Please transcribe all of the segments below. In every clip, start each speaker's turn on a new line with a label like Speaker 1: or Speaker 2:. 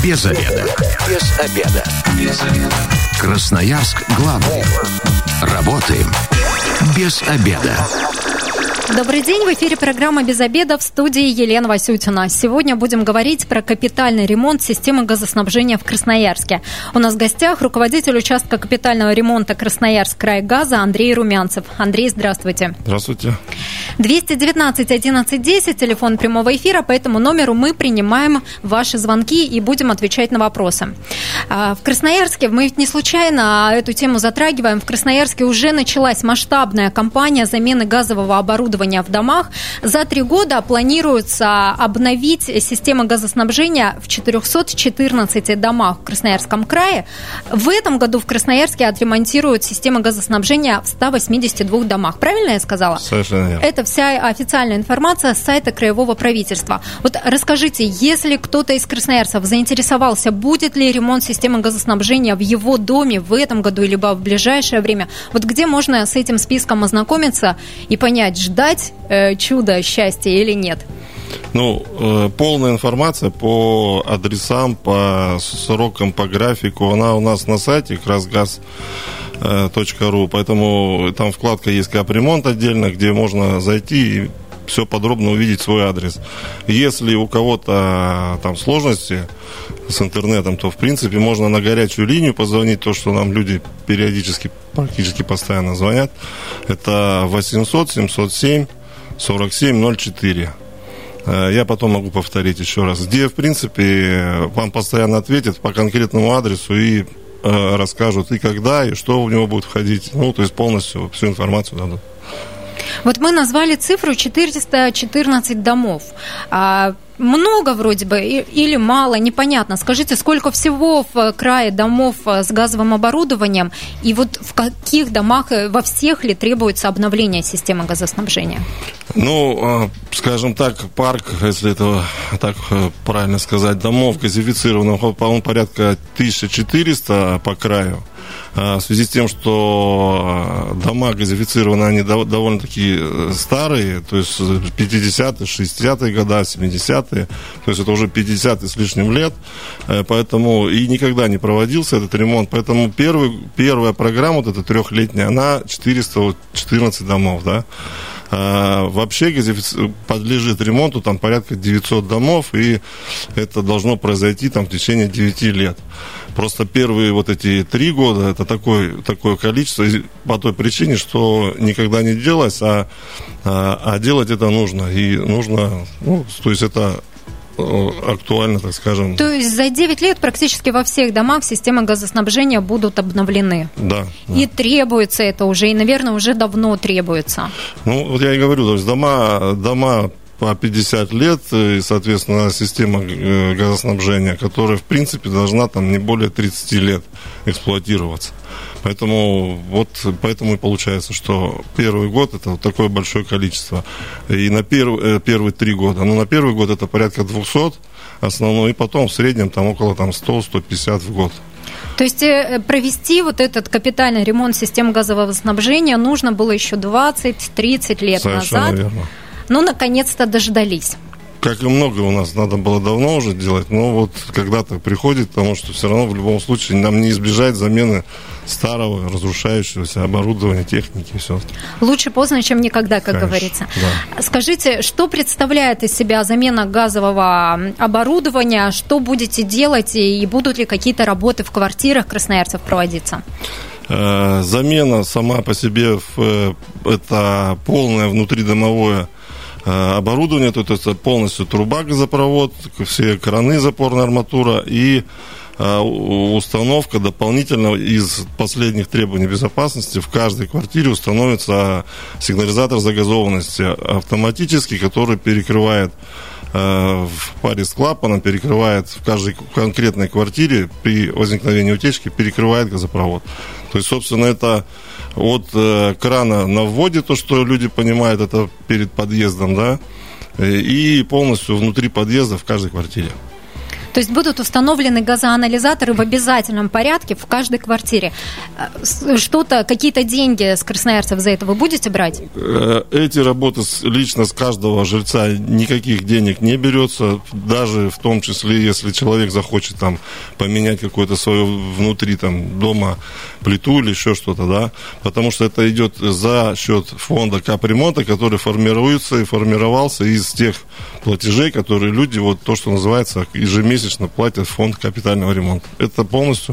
Speaker 1: Без обеда. Без обеда. Без обеда. Красноярск главный. Работаем без обеда.
Speaker 2: Добрый день, в эфире программа «Без обеда», в студии Елена Васютина. Сегодня будем говорить про капитальный ремонт системы газоснабжения в Красноярске. У нас в гостях руководитель участка капитального ремонта Красноярск-Крайгаза Андрей Румянцев. Андрей, здравствуйте.
Speaker 3: Здравствуйте.
Speaker 2: 219 11 10, телефон прямого эфира, по этому номеру мы принимаем ваши звонки и будем отвечать на вопросы. В Красноярске, мы ведь не случайно эту тему затрагиваем, в Красноярске уже началась масштабная кампания замены газового оборудования в домах. За 3 года планируется обновить систему газоснабжения в 414 домах в Красноярском крае. В этом году в Красноярске отремонтируют систему газоснабжения в 182 домах. Правильно я сказала?
Speaker 3: Совершенно верно.
Speaker 2: Это вся официальная информация с сайта Краевого правительства. Вот расскажите, если кто-то из красноярцев заинтересовался, будет ли ремонт системы газоснабжения в его доме в этом году или в ближайшее время, вот где можно с этим списком ознакомиться и понять, ждать чуда, счастья или нет?
Speaker 3: Полная информация по адресам, по срокам, по графику, она у нас на сайте krasgaz.ru, поэтому там вкладка есть капремонт отдельно, где можно зайти и все подробно увидеть свой адрес. Если у кого-то там сложности с интернетом, то в принципе можно на горячую линию позвонить, то, что нам люди периодически, практически постоянно звонят. Это 800 707 47 04. Я потом могу повторить еще раз, где в принципе вам постоянно ответят по конкретному адресу и расскажут и когда, и что в него будет входить. То есть полностью всю информацию дадут.
Speaker 2: Вот мы назвали цифру 414 домов. Много вроде бы или мало, непонятно. Скажите, сколько всего в крае домов с газовым оборудованием, и вот в каких домах, во всех ли требуется обновление системы газоснабжения?
Speaker 3: Скажем так, парк, если это так правильно сказать, домов газифицированных, по-моему, порядка 1400 по краю. В связи с тем, что дома газифицированные, они довольно-таки старые, то есть 50-е, 60-е годы, 70-е, то есть это уже 50 с лишним лет, поэтому и никогда не проводился этот ремонт, поэтому первая программа, вот эта 3-летняя, она 414 домов, да. Вообще подлежит ремонту там порядка 900 домов, и это должно произойти там в течение 9 лет. Просто первые вот эти 3 года это такое количество по той причине, что никогда не делалось, а делать это нужно. И нужно, то есть это актуально, так скажем.
Speaker 2: То есть за 9 лет практически во всех домах системы газоснабжения будут обновлены.
Speaker 3: Да.
Speaker 2: И требуется это уже, и, наверное, уже давно требуется.
Speaker 3: Вот я и говорю, то есть дома по 50 лет, и, соответственно, система газоснабжения, которая, в принципе, должна там не более 30 лет эксплуатироваться. Поэтому и получается, что первый год это вот такое большое количество. И на первые 3 года. На первый год это порядка 200 основной, и потом в среднем там около 100-150 в год.
Speaker 2: То есть провести вот этот капитальный ремонт системы газового снабжения нужно было еще 20-30 лет
Speaker 3: Совершенно
Speaker 2: назад.
Speaker 3: Верно.
Speaker 2: Наконец-то дождались.
Speaker 3: Как и много у нас надо было давно уже делать, но вот когда-то приходит, потому что все равно в любом случае нам не избежать замены старого, разрушающегося оборудования, техники и все.
Speaker 2: Лучше поздно, чем никогда, как говорится. Да. Скажите, что представляет из себя замена газового оборудования, что будете делать и будут ли какие-то работы в квартирах красноярцев проводиться?
Speaker 3: Замена сама по себе это полное внутридомовое оборудование, то есть это полностью труба, газопровод, все краны, запорная арматура и установка дополнительно из последних требований безопасности в каждой квартире установится сигнализатор загазованности автоматический, который перекрывает в паре с клапаном, перекрывает в каждой конкретной квартире при возникновении утечки, перекрывает газопровод. То есть, собственно, это от крана на вводе, то, что люди понимают, это перед подъездом, да, и полностью внутри подъезда в каждой квартире.
Speaker 2: То есть будут установлены газоанализаторы в обязательном порядке в каждой квартире. Что-то, какие-то деньги с красноярцев за это вы будете брать?
Speaker 3: Эти работы лично с каждого жильца никаких денег не берется, даже в том числе, если человек захочет там поменять какое-то свое внутри там дома плиту или еще что-то, да, потому что это идет за счет фонда капремонта, который формируется и формировался из тех платежей, которые люди, вот то, что называется, ежемесячно платят в фонд капитального ремонта. Это полностью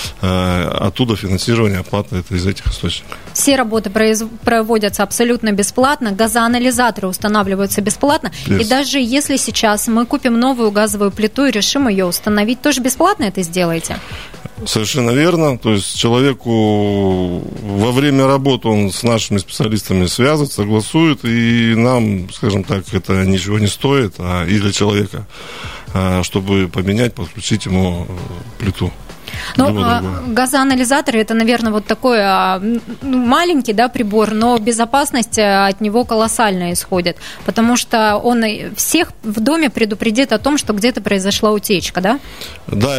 Speaker 3: оттуда финансирование, оплата, это из этих источников.
Speaker 2: Все работы проводятся абсолютно бесплатно, газоанализаторы устанавливаются бесплатно, и даже если сейчас мы купим новую газовую плиту и решим ее установить, тоже бесплатно это сделаете?
Speaker 3: Совершенно верно. То есть человеку во время работы он с нашими специалистами связывается, согласует, и нам, скажем так, это ничего не стоит, и для человека, чтобы поменять, подключить ему плиту.
Speaker 2: Газоанализаторы это, наверное, вот такой маленький, да, прибор, но безопасность от него колоссально исходит, потому что он всех в доме предупредит о том, что где-то произошла утечка, да? Да,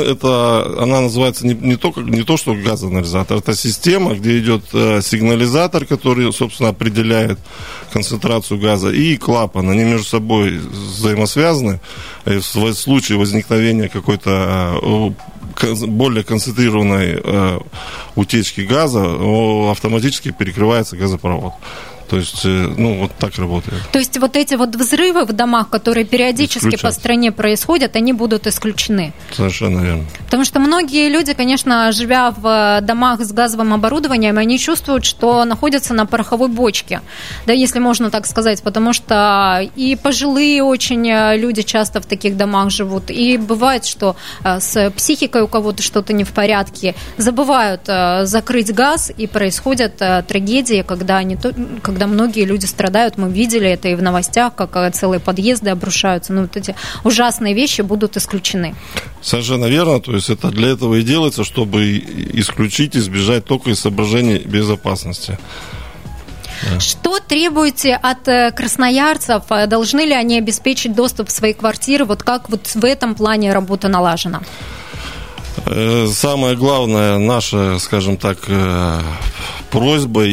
Speaker 3: она называется не то, что газоанализатор, это система, где идет сигнализатор, который, собственно, определяет концентрацию газа, и клапан. Они между собой взаимосвязаны. В случае возникновения какой-то более концентрированной утечки газа автоматически перекрывается газопровод. То есть, вот так работает.
Speaker 2: То есть, вот эти вот взрывы в домах, которые периодически по стране происходят, они будут исключены?
Speaker 3: Совершенно верно.
Speaker 2: Потому что многие люди, конечно, живя в домах с газовым оборудованием, они чувствуют, что находятся на пороховой бочке, да, если можно так сказать, потому что и пожилые очень люди часто в таких домах живут, и бывает, что с психикой у кого-то что-то не в порядке, забывают закрыть газ, и происходят трагедии, когда многие люди страдают, мы видели это и в новостях, как целые подъезды обрушаются, вот эти ужасные вещи будут исключены.
Speaker 3: Совершенно верно, то есть это для этого и делается, чтобы исключить, избежать только из соображений безопасности.
Speaker 2: Да. Что требуете от красноярцев? Должны ли они обеспечить доступ в свои квартиры? Вот как вот в этом плане работа налажена?
Speaker 3: Самое главное, наша, скажем так, просьба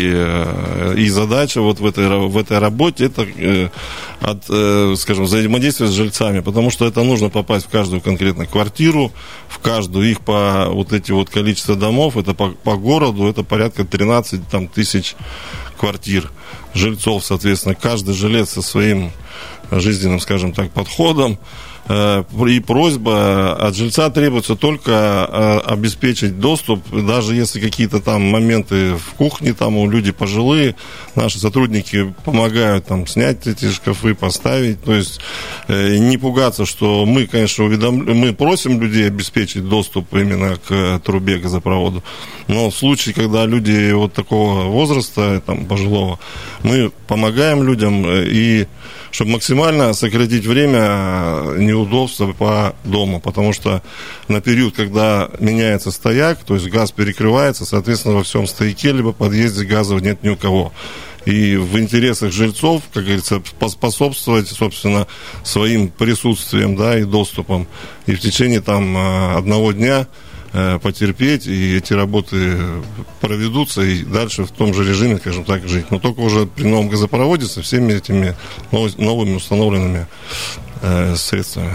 Speaker 3: и задача вот в этой работе, это скажем, взаимодействие с жильцами, потому что это нужно попасть в каждую конкретно квартиру, в каждую их по вот эти вот количество домов, это по городу, это порядка 13 тысяч квартир жильцов, соответственно, каждый жилец со своим жизненным, скажем так, подходом. И просьба от жильца требуется только обеспечить доступ, даже если какие-то там моменты в кухне, там у людей пожилые, наши сотрудники помогают там снять эти шкафы, поставить, то есть не пугаться, что мы, конечно, мы просим людей обеспечить доступ именно к трубе, газопроводу, но в случае, когда люди вот такого возраста, там, пожилого, мы помогаем людям, и чтобы максимально сократить время неудобства по дому, потому что на период, когда меняется стояк, то есть газ перекрывается, соответственно, во всем стояке либо подъезде газов нет ни у кого. И в интересах жильцов, как говорится, поспособствовать, собственно, своим присутствием, да, и доступом. И в течение там одного дня потерпеть, и эти работы проведутся, и дальше в том же режиме, скажем так, жить. Но только уже при новом газопроводе со всеми этими новыми установленными средствами.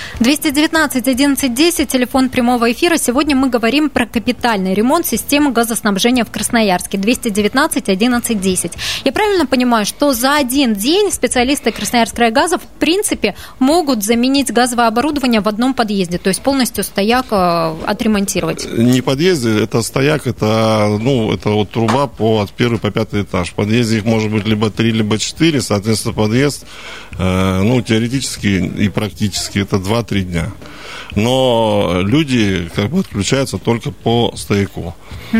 Speaker 2: 219-11-10, телефон прямого эфира. Сегодня мы говорим про капитальный ремонт системы газоснабжения в Красноярске. 219-11-10. Я правильно понимаю, что за один день специалисты Красноярскрайгаза в принципе могут заменить газовое оборудование в одном подъезде, то есть полностью стояк отремонтировать? Не
Speaker 3: подъезде, это стояк, это вот труба от 1 по 5 этаж. В подъезде их может быть либо 3, либо 4, соответственно, подъезд, теоретически и практически это 2-3 дня. Но люди отключаются только по стояку.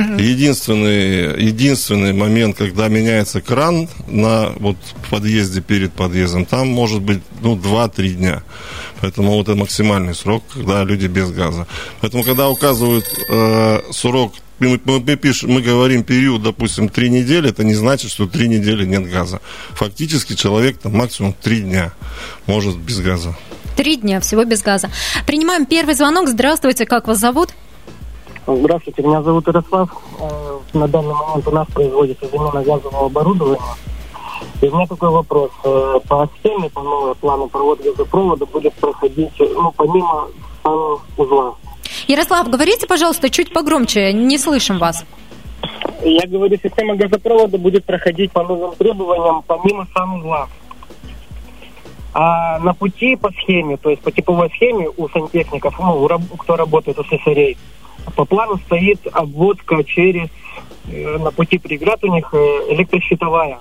Speaker 3: Единственный момент, когда меняется кран в подъезде перед подъездом, там может быть 2-3 дня. Поэтому вот это максимальный срок, когда люди без газа. Поэтому, когда указывают срок, мы говорим период, допустим, 3 недели, это не значит, что 3 недели нет газа. Фактически человек там максимум 3 дня может без газа.
Speaker 2: 3 дня всего без газа. Принимаем первый звонок. Здравствуйте, как вас зовут?
Speaker 4: Здравствуйте, меня зовут Ярослав. На данный момент у нас производится замена газового оборудования. И у меня такой вопрос. По схеме, по новому плану провода газопровода будет проходить, помимо санузла.
Speaker 2: Ярослав, говорите, пожалуйста, чуть погромче, не слышим вас.
Speaker 4: Я говорю, система газопровода будет проходить по новым требованиям, помимо санузла. А на пути по схеме, то есть по типовой схеме у сантехников, кто работает у слесарей, по плану стоит обводка через, на пути преград у них электрощитовая.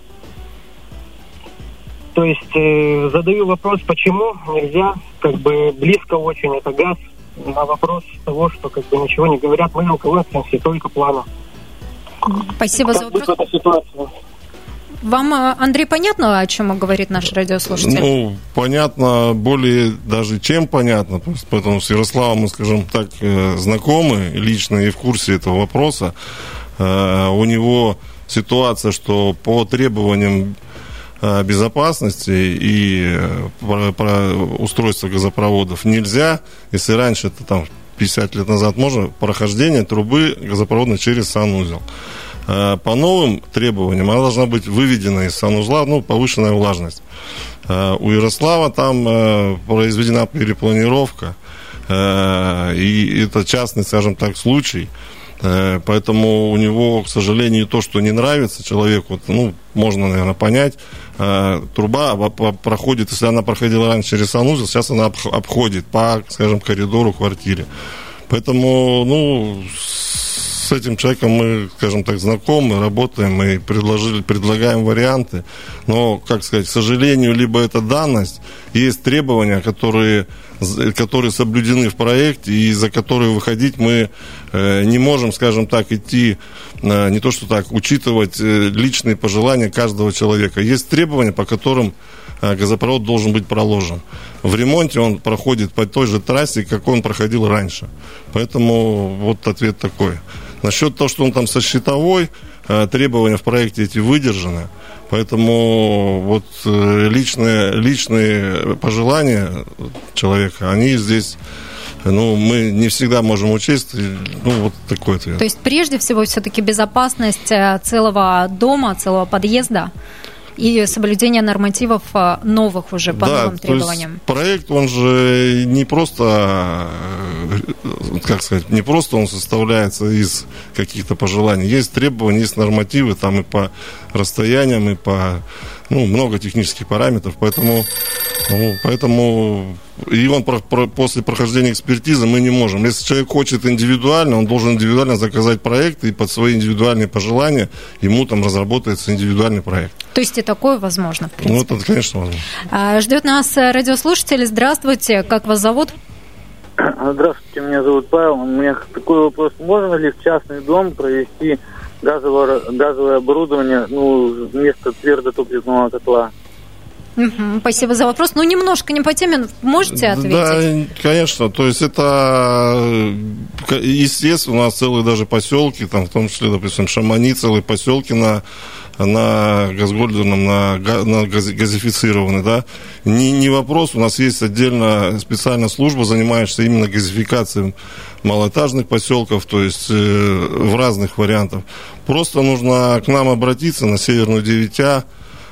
Speaker 4: То есть задаю вопрос, почему нельзя, близко очень это газ, на вопрос того, что ничего не говорят, мы руководствуемся только планом.
Speaker 2: Спасибо за вопрос. Вам, Андрей, понятно, о чем говорит наш радиослушатель?
Speaker 3: Понятно, более даже чем понятно, поэтому с Ярославом мы, скажем так, знакомы лично и в курсе этого вопроса. У него ситуация, что по требованиям безопасности и устройства газопроводов нельзя, если раньше это 50 лет назад можно, прохождение трубы газопроводной через санузел. По новым требованиям она должна быть выведена из санузла, повышенная влажность. У Ярослава там произведена перепланировка, и это частный, скажем так, случай. Поэтому у него, к сожалению, то, что не нравится человеку, можно, наверное, понять. Труба проходит, если она проходила раньше через санузел, сейчас она обходит по, скажем, коридору квартиры. Поэтому, с этим человеком мы, скажем так, знакомы, работаем и предлагаем варианты. Но, к сожалению, либо это данность, есть требования, которые соблюдены в проекте, и за которые выходить мы не можем, скажем так, идти, не то что так, учитывать личные пожелания каждого человека. Есть требования, по которым газопровод должен быть проложен. В ремонте он проходит по той же трассе, как он проходил раньше. Поэтому вот ответ такой. Насчет того, что он там со щитовой, требования в проекте эти выдержаны. Поэтому личные пожелания человека, они здесь, мы не всегда можем учесть. Вот такой ответ.
Speaker 2: То есть прежде всего все-таки безопасность целого дома, целого подъезда и соблюдение нормативов новых уже по новым требованиям.
Speaker 3: То есть проект, он же не просто, не просто он составляется из каких-то пожеланий. Есть требования, есть нормативы там и по расстояниям, и по много технических параметров. Поэтому и он после прохождения экспертизы мы не можем. Если человек хочет индивидуально, он должен индивидуально заказать проект, и под свои индивидуальные пожелания ему там разработается индивидуальный проект.
Speaker 2: То есть и такое возможно, в принципе?
Speaker 3: Это, конечно, возможно.
Speaker 2: Ждет нас радиослушатель. Здравствуйте, как вас зовут?
Speaker 5: Здравствуйте, меня зовут Павел. У меня такой вопрос. Можно ли в частный дом провести газовое оборудование вместо твердотопливного котла?
Speaker 2: Спасибо за вопрос. Немножко не по теме, можете ответить?
Speaker 3: Да, конечно. То есть это, естественно, у нас целые даже поселки, там, в том числе, допустим, Шамани, целые поселки на газгольдерном, на газифицированный, да. Не вопрос, у нас есть отдельно специальная служба, занимающаяся именно газификацией малоэтажных поселков, то есть в разных вариантах. Просто нужно к нам обратиться на Северную 9А,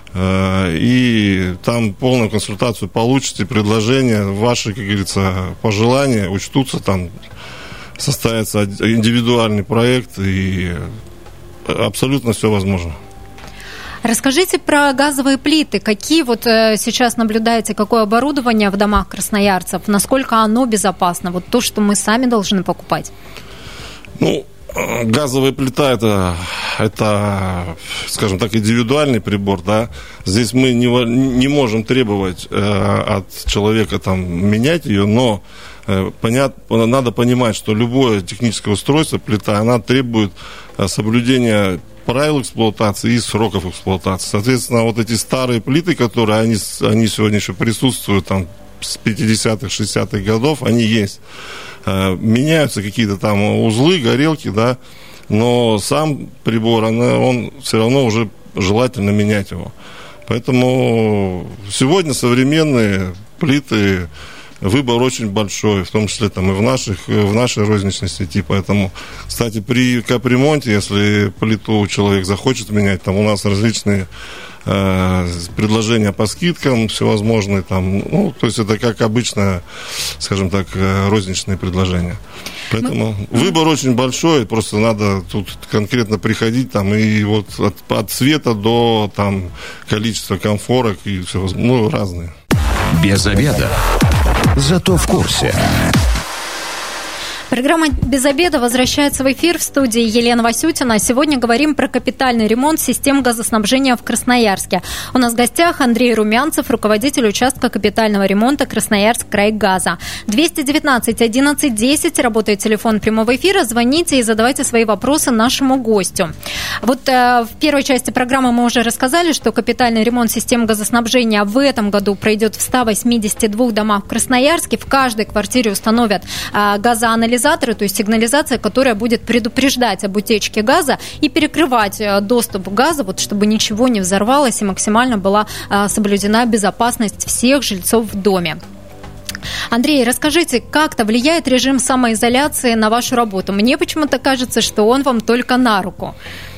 Speaker 3: и там полную консультацию получите, предложения, ваши, как говорится, пожелания учтутся, там составится индивидуальный проект, и абсолютно все возможно.
Speaker 2: Расскажите про газовые плиты. Какие сейчас наблюдаете, какое оборудование в домах красноярцев, насколько оно безопасно, то, что мы сами должны покупать?
Speaker 3: Газовая плита это, скажем так, индивидуальный прибор, да. Здесь мы не можем требовать от человека менять ее, но надо понимать, что любое техническое устройство, плита, она требует соблюдения правил эксплуатации и сроков эксплуатации. Соответственно, эти старые плиты, которые они сегодня еще присутствуют с 50-х, 60-х годов, они есть. Меняются какие-то узлы, горелки, да, но сам прибор, он все равно уже желательно менять его. Поэтому сегодня современные плиты выбор очень большой, в том числе там и в нашей розничной сети. Поэтому, кстати, при капремонте, если плиту человек захочет менять, там у нас различные предложения по скидкам всевозможные, там, ну, то есть это как обычное, скажем так, розничные предложения. Поэтому выбор очень большой, просто надо тут конкретно приходить там и вот от цвета до там количества комфорок и все, ну, разные.
Speaker 1: Без обеда. Зато в курсе.
Speaker 2: Программа «Без обеда» возвращается в эфир. В студии Елена Васютина. Сегодня говорим про капитальный ремонт систем газоснабжения в Красноярске. У нас в гостях Андрей Румянцев, руководитель участка капитального ремонта Красноярск-Крайгаза. 219 11 10, работает телефон прямого эфира. Звоните и задавайте свои вопросы нашему гостю. Вот в первой части программы мы уже рассказали, что капитальный ремонт систем газоснабжения в этом году пройдет в 182 домах в Красноярске. В каждой квартире установят газоанализаторы, то есть сигнализация, которая будет предупреждать об утечке газа и перекрывать доступ газа, вот, чтобы ничего не взорвалось и максимально была соблюдена безопасность всех жильцов в доме. Андрей, расскажите, как-то влияет режим самоизоляции на вашу работу? Мне почему-то кажется, что он вам только на руку.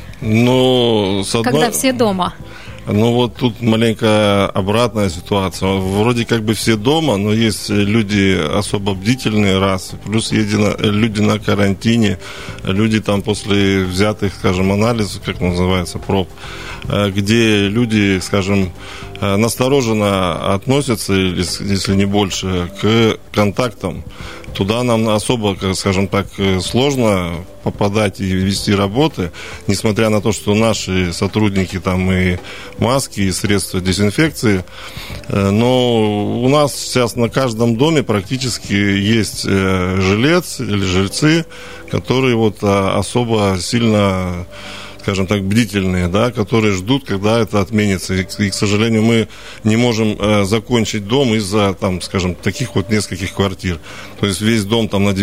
Speaker 3: Ну,
Speaker 2: когда все дома.
Speaker 3: Ну, вот тут маленько обратная ситуация. Вроде как бы все дома, но есть люди особо бдительные, раз. Плюс люди на карантине, люди там после взятых, скажем, анализов, как называется, проб, где люди, скажем, настороженно относятся, если не больше, к контактам. Туда нам особо, скажем так, сложно попадать и вести работы, несмотря на то, что наши сотрудники там и маски, и средства дезинфекции. Но у нас сейчас на каждом доме практически есть жилец или жильцы, которые вот особо сильно, скажем так, бдительные, да, которые ждут, когда это отменится. И, к сожалению, мы не можем закончить дом из-за, там, скажем, таких вот нескольких квартир. То есть весь дом там на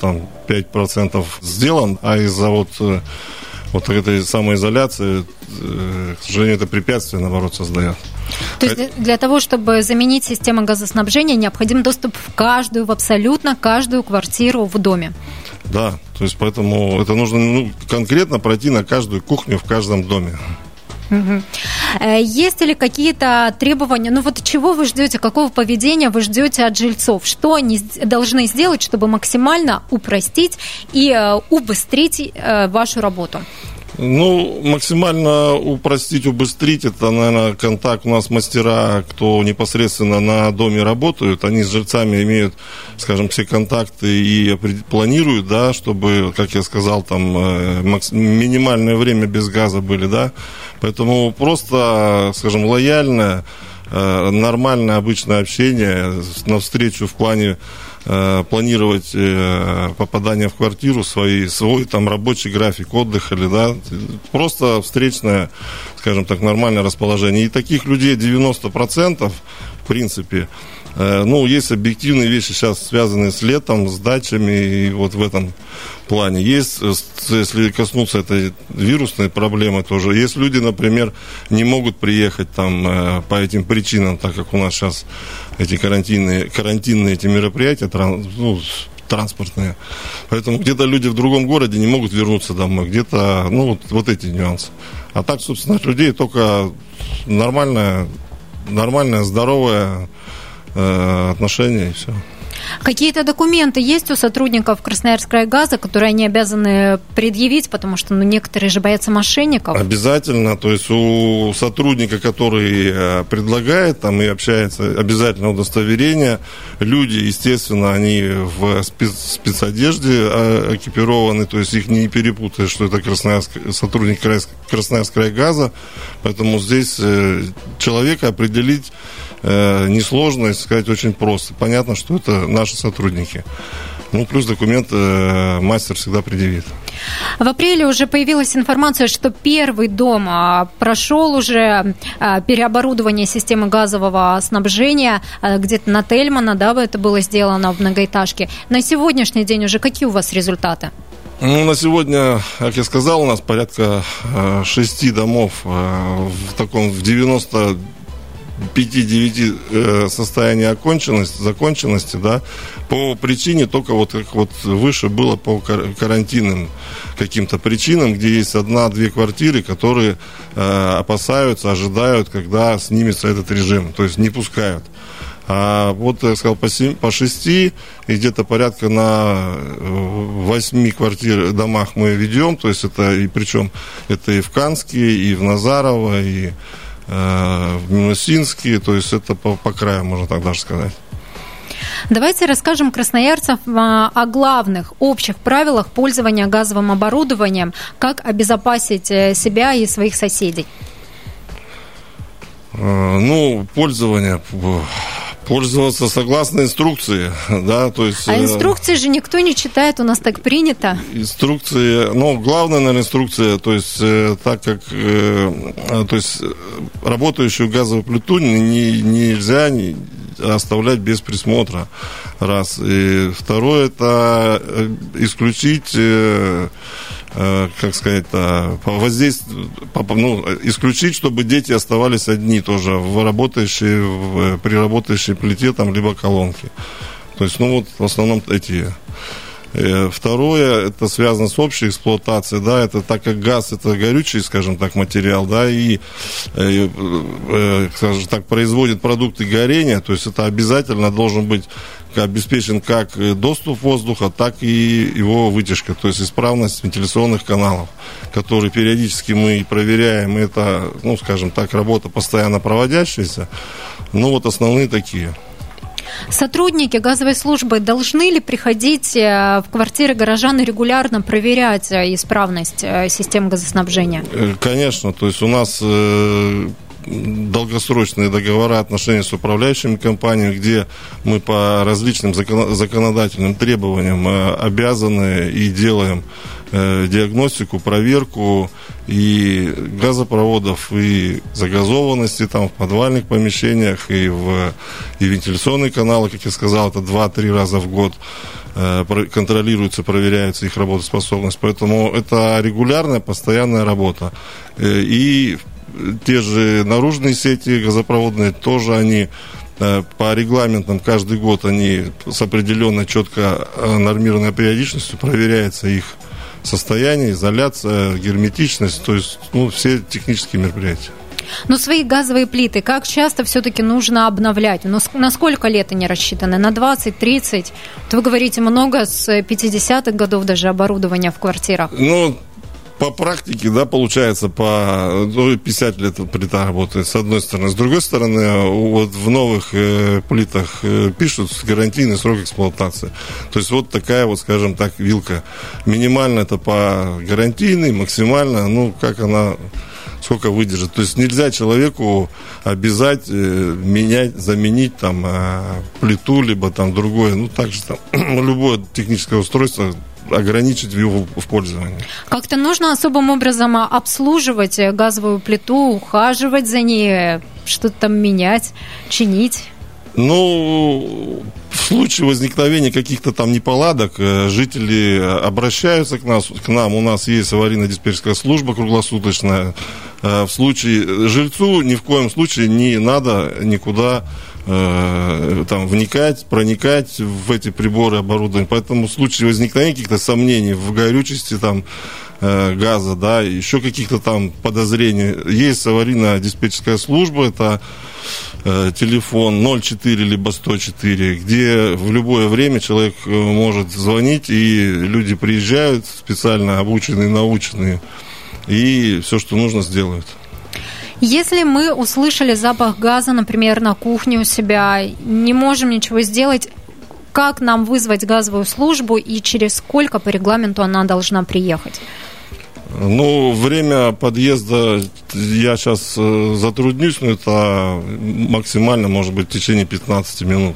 Speaker 3: 95% сделан, а из-за вот этой самоизоляции, к сожалению, это препятствие, наоборот, создает.
Speaker 2: То есть для того, чтобы заменить систему газоснабжения, необходим доступ в абсолютно каждую квартиру в доме.
Speaker 3: Да, то есть поэтому это нужно конкретно пройти на каждую кухню в каждом доме.
Speaker 2: Угу. Есть ли какие-то требования, вот чего вы ждете, какого поведения вы ждете от жильцов? Что они должны сделать, чтобы максимально упростить и убыстрить вашу работу?
Speaker 3: Максимально упростить, убыстрить, это, наверное, контакт. У нас мастера, кто непосредственно на доме работают, они с жильцами имеют, скажем, все контакты и планируют, да, чтобы, как я сказал, там минимальное время без газа были, да. Поэтому просто, скажем, лояльное, нормальное, обычное общение навстречу в плане планировать попадание в квартиру, свой там рабочий график отдыха, или, да, просто встречное, скажем так, нормальное расположение. И таких людей 90%, в принципе. Есть объективные вещи сейчас, связанные с летом, с дачами, и вот в этом плане. Есть, если коснуться этой вирусной проблемы тоже, есть люди, например, не могут приехать там по этим причинам, так как у нас сейчас эти карантинные эти мероприятия, транспортные. Поэтому где-то люди в другом городе не могут вернуться домой, где-то, вот эти нюансы. А так, собственно, от людей только нормальное, здоровое отношения и все.
Speaker 2: Какие-то документы есть у сотрудников Красноярск-Крайгаза, которые они обязаны предъявить, потому что некоторые же боятся мошенников?
Speaker 3: Обязательно. То есть у сотрудника, который предлагает там и общается, обязательно удостоверение. Люди, естественно, они в спецодежде экипированы, то есть их не перепутаешь, что это сотрудник Красноярск-Крайгаза. Поэтому здесь человека определить несложно, если сказать, очень просто. Понятно, что это наши сотрудники. Плюс документ мастер всегда предъявит.
Speaker 2: В апреле уже появилась информация, что первый дом прошел уже переоборудование системы газового снабжения где-то на Тельмана, да, это было сделано в многоэтажке. На сегодняшний день уже какие у вас результаты?
Speaker 3: На сегодня, как я сказал, у нас порядка 6 домов в 99% 5-9 состояния законченности, да, по причине только вот как вот выше было по карантинным каким-то причинам, где есть 1-2 квартиры, которые опасаются, ожидают, когда снимется этот режим, то есть не пускают. А вот, я сказал, по 6 и где-то порядка на 8 домах мы ведем, то есть это, и причем это и в Канске, и в Назарово, и в Минусинске, то есть это по краю, можно так даже сказать.
Speaker 2: Давайте расскажем красноярцам о главных общих правилах пользования газовым оборудованием, как обезопасить себя и своих соседей.
Speaker 3: Ну, пользоваться согласно инструкции, да, то есть...
Speaker 2: А инструкции же никто не читает, у нас так принято.
Speaker 3: Инструкции, ну, главная, наверное, инструкция, то есть, так как, то есть, работающую газовую плиту нельзя оставлять без присмотра, раз. И второе, это исключить... как сказать, исключить, чтобы дети оставались одни тоже при работающей плите там, либо колонке. То есть, ну вот в основном эти. Второе, это связано с общей эксплуатацией, да, это так как газ это горючий, скажем так, материал, да, и скажем так, производит продукты горения, то есть это обязательно должен быть обеспечен как доступ воздуха, так и его вытяжка, то есть исправность вентиляционных каналов, которые периодически мы проверяем, и это, ну, скажем так, работа постоянно проводящаяся, ну, вот основные такие.
Speaker 2: Сотрудники газовой службы должны ли приходить в квартиры горожан и регулярно проверять исправность систем газоснабжения?
Speaker 3: Конечно, то есть у нас долгосрочные договора, отношения с управляющими компаниями, где мы по различным законодательным требованиям обязаны и делаем диагностику, проверку и газопроводов, и загазованности там в подвальных помещениях, и вентиляционные каналы, как я сказал, это 2-3 раза в год контролируется, проверяется их работоспособность. Поэтому это регулярная, постоянная работа. И те же наружные сети газопроводные тоже они по регламентам каждый год они с определенной четко нормированной периодичностью проверяется их состояние, изоляция, герметичность, то есть все технические мероприятия.
Speaker 2: Но свои газовые плиты как часто все-таки нужно обновлять? На сколько лет они рассчитаны? На 20-30? Вот вы говорите, много с 50-х годов даже оборудования в квартирах.
Speaker 3: По практике, да, получается, 50 лет плита работает, с одной стороны. С другой стороны, вот в новых плитах пишут гарантийный срок эксплуатации. То есть вот такая вот, скажем так, вилка. Минимально это по гарантийной, максимально, как она, сколько выдержит. То есть нельзя человеку обязать менять, заменить там плиту, либо там другое, также там любое техническое устройство ограничить его в пользовании.
Speaker 2: Как-то нужно особым образом обслуживать газовую плиту, ухаживать за ней, что-то там менять, чинить?
Speaker 3: В случае возникновения каких-то там неполадок жители обращаются к нам. У нас есть аварийно-диспетчерская служба круглосуточная. В случае жильцу ни в коем случае не надо никуда вникать, проникать в эти приборы, оборудование. Поэтому в случае возникновения каких-то сомнений в горючести газа, да, еще каких-то там подозрений, есть аварийно-диспетчерская служба, это телефон 04 либо 104, где в любое время человек может звонить, и люди приезжают, специально обученные, наученные, и все, что нужно, сделают.
Speaker 2: Если мы услышали запах газа, например, на кухне у себя, не можем ничего сделать, как нам вызвать газовую службу и через сколько по регламенту она должна приехать?
Speaker 3: Время подъезда я сейчас затруднюсь, но это максимально может быть в течение 15 минут.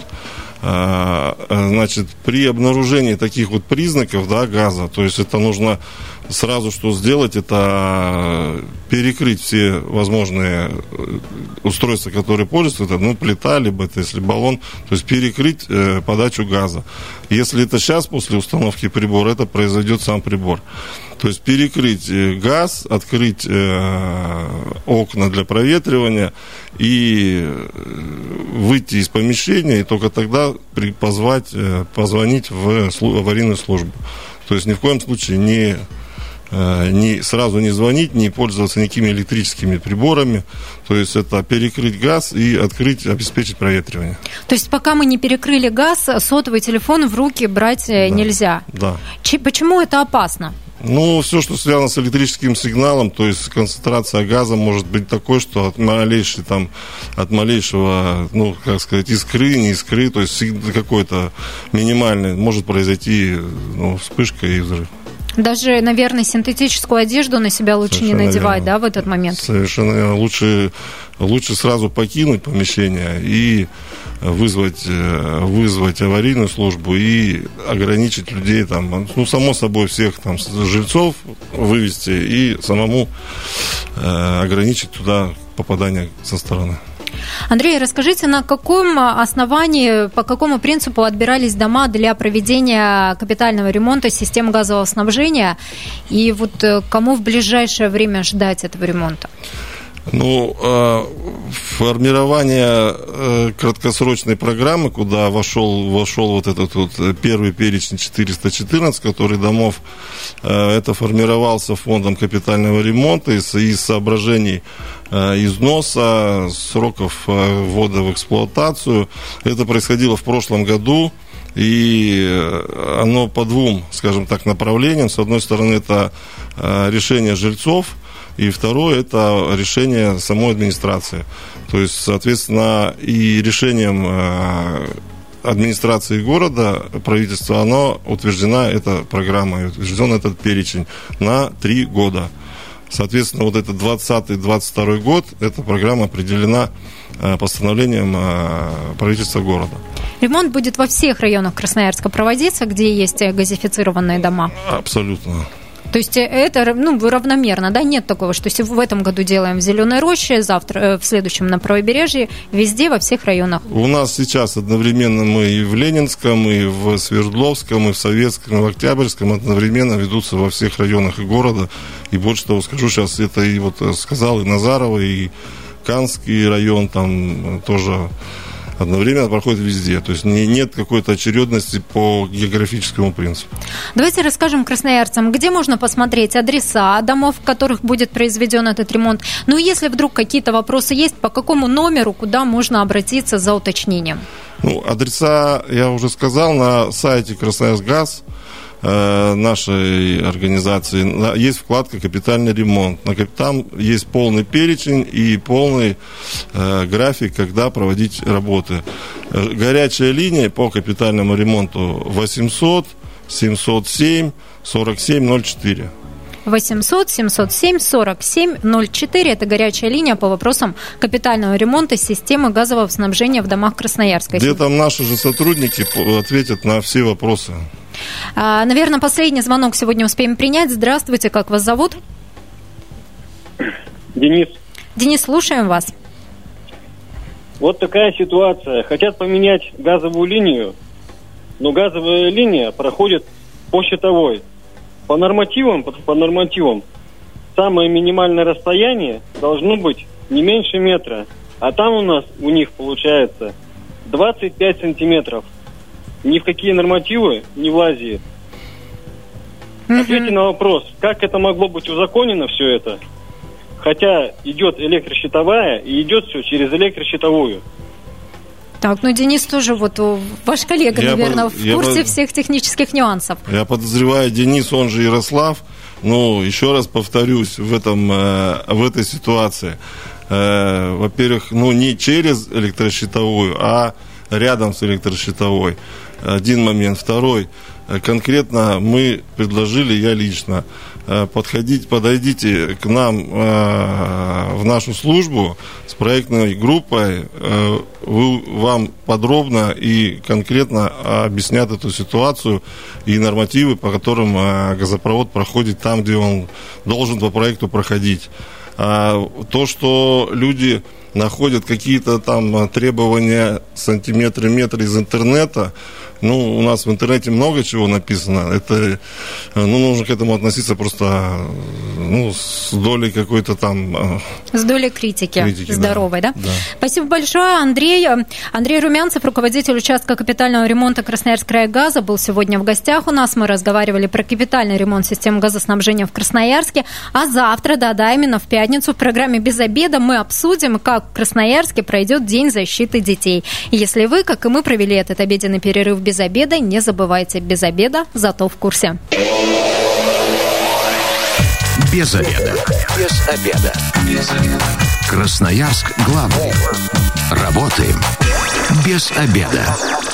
Speaker 3: Значит, при обнаружении таких вот признаков, да, газа, то есть это нужно сразу что сделать, это перекрыть все возможные устройства, которые пользуются, это, плита, либо это, если баллон, то есть перекрыть подачу газа. Если это сейчас, после установки прибора, это произойдет сам прибор. То есть перекрыть газ, открыть окна для проветривания и выйти из помещения, и только тогда позвонить в аварийную службу. То есть ни в коем случае сразу не звонить, не пользоваться никакими электрическими приборами. То есть это перекрыть газ и обеспечить проветривание.
Speaker 2: То есть пока мы не перекрыли газ, сотовый телефон в руки брать нельзя?
Speaker 3: Да.
Speaker 2: Почему это опасно?
Speaker 3: Ну, все, что связано с электрическим сигналом, то есть концентрация газа может быть такой, что от малейшего, искры, не искры, то есть какой-то минимальный, может произойти вспышка и взрыв.
Speaker 2: Даже, наверное, синтетическую одежду на себя лучше совершенно не надевать, верно. Да, в этот момент?
Speaker 3: Совершенно верно. Лучше сразу покинуть помещение и вызвать аварийную службу и ограничить людей там, само собой, всех там жильцов вывести и самому ограничить туда попадание со стороны.
Speaker 2: Андрей, расскажите, на каком основании, по какому принципу отбирались дома для проведения капитального ремонта системы газового снабжения, и кому в ближайшее время ждать этого ремонта?
Speaker 3: Формирование краткосрочной программы, куда вошел этот первый перечень 414, который домов, это формировался фондом капитального ремонта из соображений износа, сроков ввода в эксплуатацию. Это происходило в прошлом году, и оно по двум, скажем так, направлениям. С одной стороны, это решение жильцов, и второе – это решение самой администрации. То есть, соответственно, и решением администрации города, правительства, утверждена эта программа, утвержден этот перечень на 3 года. Соответственно, этот 2020-2022 год, эта программа определена постановлением правительства города.
Speaker 2: Ремонт будет во всех районах Красноярска проводиться, где есть газифицированные дома?
Speaker 3: Абсолютно.
Speaker 2: То есть это равномерно, да? Нет такого, что в этом году делаем в Зеленой Роще, завтра в следующем на Правобережье, везде, во всех районах.
Speaker 3: У нас сейчас одновременно мы и в Ленинском, и в Свердловском, и в Советском, и в Октябрьском одновременно ведутся во всех районах города. И больше того скажу, сейчас это и сказал и Назарово, и Канский район, там тоже одновременно проходит везде. То есть нет какой-то очередности по географическому принципу.
Speaker 2: Давайте расскажем красноярцам, где можно посмотреть адреса домов, в которых будет произведен этот ремонт. Ну, если вдруг какие-то вопросы есть, по какому номеру, куда можно обратиться за уточнением?
Speaker 3: Адреса, я уже сказал, на сайте Красноярсгаз нашей организации есть вкладка «Капитальный ремонт». Там есть полный перечень и полный график, когда проводить работы. Горячая линия по капитальному ремонту 800 707 47 04.
Speaker 2: 800 707 47 04. Это горячая линия по вопросам капитального ремонта системы газового снабжения в домах Красноярска.
Speaker 3: Где там наши же сотрудники ответят на все вопросы.
Speaker 2: Наверное, последний звонок сегодня успеем принять. Здравствуйте, как вас зовут?
Speaker 6: Денис.
Speaker 2: Денис, слушаем вас.
Speaker 6: Вот такая ситуация. Хотят поменять газовую линию, но газовая линия проходит по щитовой. По нормативам самое минимальное расстояние должно быть не меньше метра. А там у них получается 25 сантиметров. Ни в какие нормативы не влазит. Ответьте на вопрос, как это могло быть узаконено все это, хотя идет электрощитовая и идет все через электрощитовую.
Speaker 2: Так, Денис тоже ваш коллега, наверное, в курсе всех технических нюансов.
Speaker 3: Я подозреваю, Денис, он же Ярослав, еще раз повторюсь, в этой ситуации, во-первых, не через электрощитовую, а рядом с электрощитовой. Один момент. Второй. Конкретно мы предложили, я лично, подойдите к нам в нашу службу с проектной группой, вам подробно и конкретно объяснят эту ситуацию и нормативы, по которым газопровод проходит там, где он должен по проекту проходить. То, что люди находят какие-то там требования, сантиметры, метры из интернета, у нас в интернете много чего написано. Это, нужно к этому относиться просто, с долей какой-то там...
Speaker 2: С долей критики здоровой, да?
Speaker 3: Да.
Speaker 2: Спасибо большое, Андрей. Андрей Румянцев, руководитель участка капитального ремонта Красноярсккрайгаза, был сегодня в гостях у нас. Мы разговаривали про капитальный ремонт системы газоснабжения в Красноярске. А завтра, именно в пятницу, в программе «Без обеда» мы обсудим, как в Красноярске пройдет День защиты детей. И если вы, как и мы, провели этот обеденный перерыв без обеда, не забывайте, без обеда, зато в курсе.
Speaker 1: Без обеда. Без обеда. Без обеда. Красноярск главный. Работаем без обеда.